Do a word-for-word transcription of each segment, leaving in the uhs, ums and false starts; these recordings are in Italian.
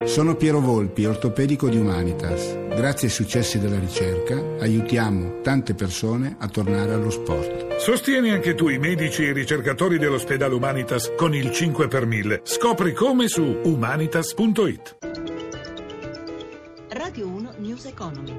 Sono Piero Volpi, ortopedico di Humanitas. Grazie ai successi della ricerca aiutiamo tante persone a tornare allo sport. Sostieni anche tu i medici e i ricercatori dell'ospedale Humanitas con il cinque per mille. Scopri come su humanitas punto it. Radio uno News Economy.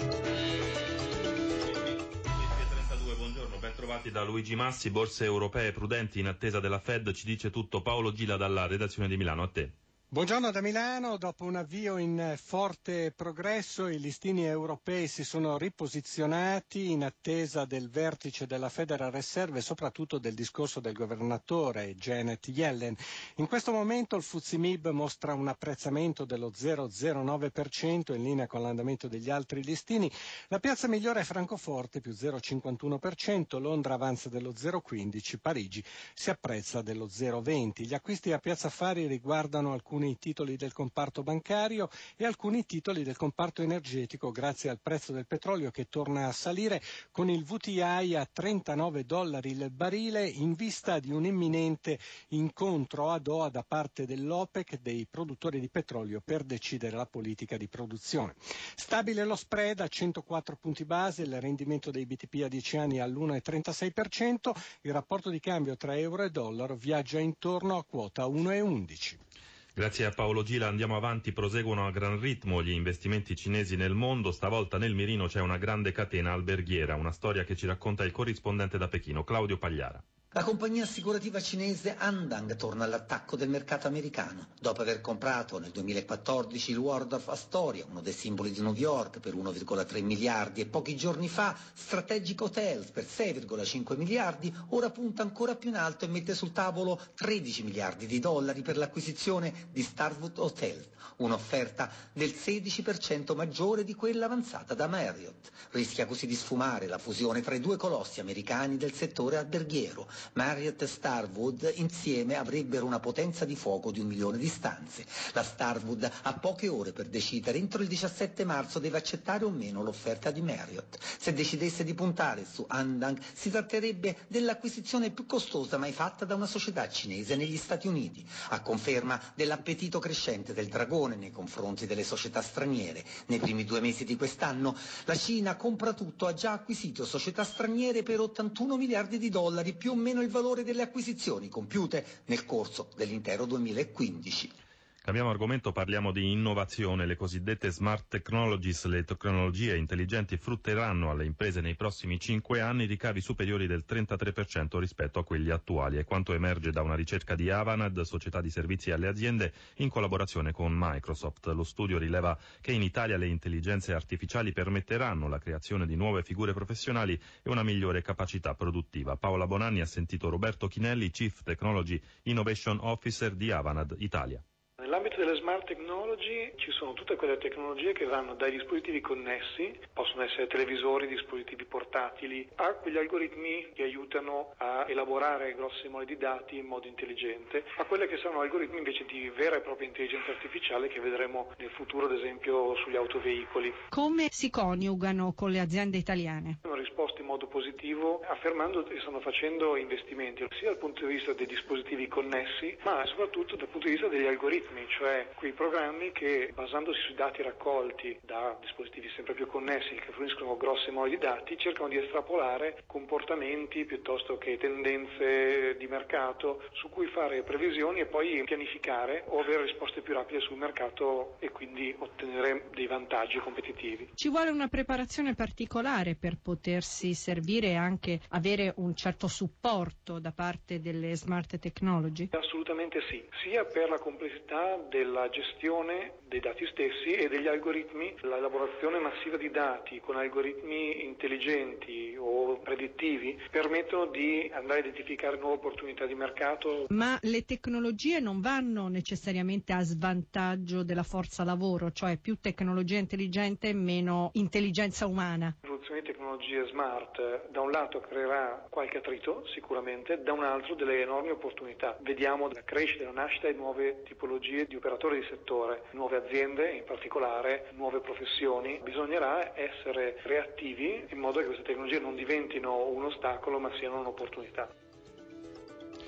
Buongiorno, ben trovati da Luigi Massi. Borse europee prudenti in attesa della Fed, ci dice tutto Paolo Gila dalla redazione di Milano. A te. Buongiorno da Milano. Dopo un avvio in forte progresso, i listini europei si sono riposizionati in attesa del vertice della Federal Reserve e soprattutto del discorso del governatore Janet Yellen. In questo momento il F T S E M I B mostra un apprezzamento dello zero virgola zero nove per cento in linea con l'andamento degli altri listini. La piazza migliore è Francoforte più zero virgola cinquantuno per cento, Londra avanza dello zero virgola quindici per cento, Parigi si apprezza dello zero virgola venti per cento. Gli acquisti a Piazza Affari riguardano alcuni titoli del comparto bancario e alcuni titoli del comparto energetico grazie al prezzo del petrolio che torna a salire con il W T I a trentanove dollari il barile in vista di un imminente incontro a Doha da parte dell'OPEC, dei produttori di petrolio, per decidere la politica di produzione. Stabile lo spread a centoquattro punti base, il rendimento dei B T P a dieci anni all'uno virgola trentasei per cento, il rapporto di cambio tra euro e dollaro viaggia intorno a quota uno virgola undici. Grazie a Paolo Gila, andiamo avanti, proseguono a gran ritmo gli investimenti cinesi nel mondo, stavolta nel mirino c'è una grande catena alberghiera, una storia che ci racconta il corrispondente da Pechino, Claudio Pagliara. La compagnia assicurativa cinese Andang torna all'attacco del mercato americano. Dopo aver comprato nel duemilaquattordici il Waldorf Astoria, uno dei simboli di New York, per uno virgola tre miliardi e pochi giorni fa Strategic Hotels per sei virgola cinque miliardi, ora punta ancora più in alto e mette sul tavolo tredici miliardi di dollari per l'acquisizione di Starwood Hotels, un'offerta del sedici per cento maggiore di quella avanzata da Marriott. Rischia così di sfumare la fusione tra i due colossi americani del settore alberghiero. Marriott e Starwood insieme avrebbero una potenza di fuoco di un milione di stanze. La Starwood ha poche ore per decidere, entro il diciassette marzo deve accettare o meno l'offerta di Marriott. Se decidesse di puntare su Andang si tratterebbe dell'acquisizione più costosa mai fatta da una società cinese negli Stati Uniti, a conferma dell'appetito crescente del dragone nei confronti delle società straniere. Nei primi due mesi di quest'anno la Cina compra tutto, ha già acquisito società straniere per ottantuno miliardi di dollari, più o meno il valore delle acquisizioni compiute nel corso dell'intero duemilaquindici. Cambiamo argomento, parliamo di innovazione. Le cosiddette smart technologies, le tecnologie intelligenti, frutteranno alle imprese nei prossimi cinque anni ricavi superiori del trentatré per cento rispetto a quelli attuali. È quanto emerge da una ricerca di Avanad, società di servizi alle aziende, in collaborazione con Microsoft. Lo studio rileva che in Italia le intelligenze artificiali permetteranno la creazione di nuove figure professionali e una migliore capacità produttiva. Paola Bonanni ha sentito Roberto Chinelli, Chief Technology Innovation Officer di Avanad Italia. Nell'ambito delle smart technology ci sono tutte quelle tecnologie che vanno dai dispositivi connessi, possono essere televisori, dispositivi portatili, a quegli algoritmi che aiutano a elaborare grosse mole di dati in modo intelligente, a quelle che sono algoritmi invece di vera e propria intelligenza artificiale che vedremo nel futuro, ad esempio sugli autoveicoli. Come si coniugano con le aziende italiane? Hanno risposto in modo positivo affermando che stanno facendo investimenti sia dal punto di vista dei dispositivi connessi ma soprattutto dal punto di vista degli algoritmi, cioè quei programmi che, basandosi sui dati raccolti da dispositivi sempre più connessi che forniscono grosse mole di dati, cercano di estrapolare comportamenti piuttosto che tendenze di mercato su cui fare previsioni e poi pianificare o avere risposte più rapide sul mercato e quindi ottenere dei vantaggi competitivi. Ci vuole una preparazione particolare per potersi servire e anche avere un certo supporto da parte delle smart technology? Assolutamente sì, sia per la complessità della gestione dei dati stessi e degli algoritmi, l'elaborazione massiva di dati con algoritmi intelligenti o predittivi permettono di andare a identificare nuove opportunità di mercato. Ma le tecnologie non vanno necessariamente a svantaggio della forza lavoro, cioè più tecnologia intelligente e meno intelligenza umana? L'evoluzione di tecnologie smart da un lato creerà qualche attrito sicuramente, da un altro delle enormi opportunità. Vediamo la crescita, la nascita di nuove tipologie di operatori di settore, nuove aziende in particolare, nuove professioni. Bisognerà essere reattivi in modo che queste tecnologie non diventino un ostacolo ma siano un'opportunità.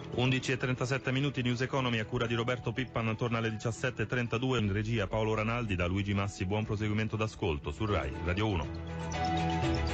undici e trentasette minuti, News Economy a cura di Roberto Pippan, torna alle diciassette e trentadue, in regia Paolo Ranaldi, da Luigi Massi. Buon proseguimento d'ascolto su Rai Radio uno.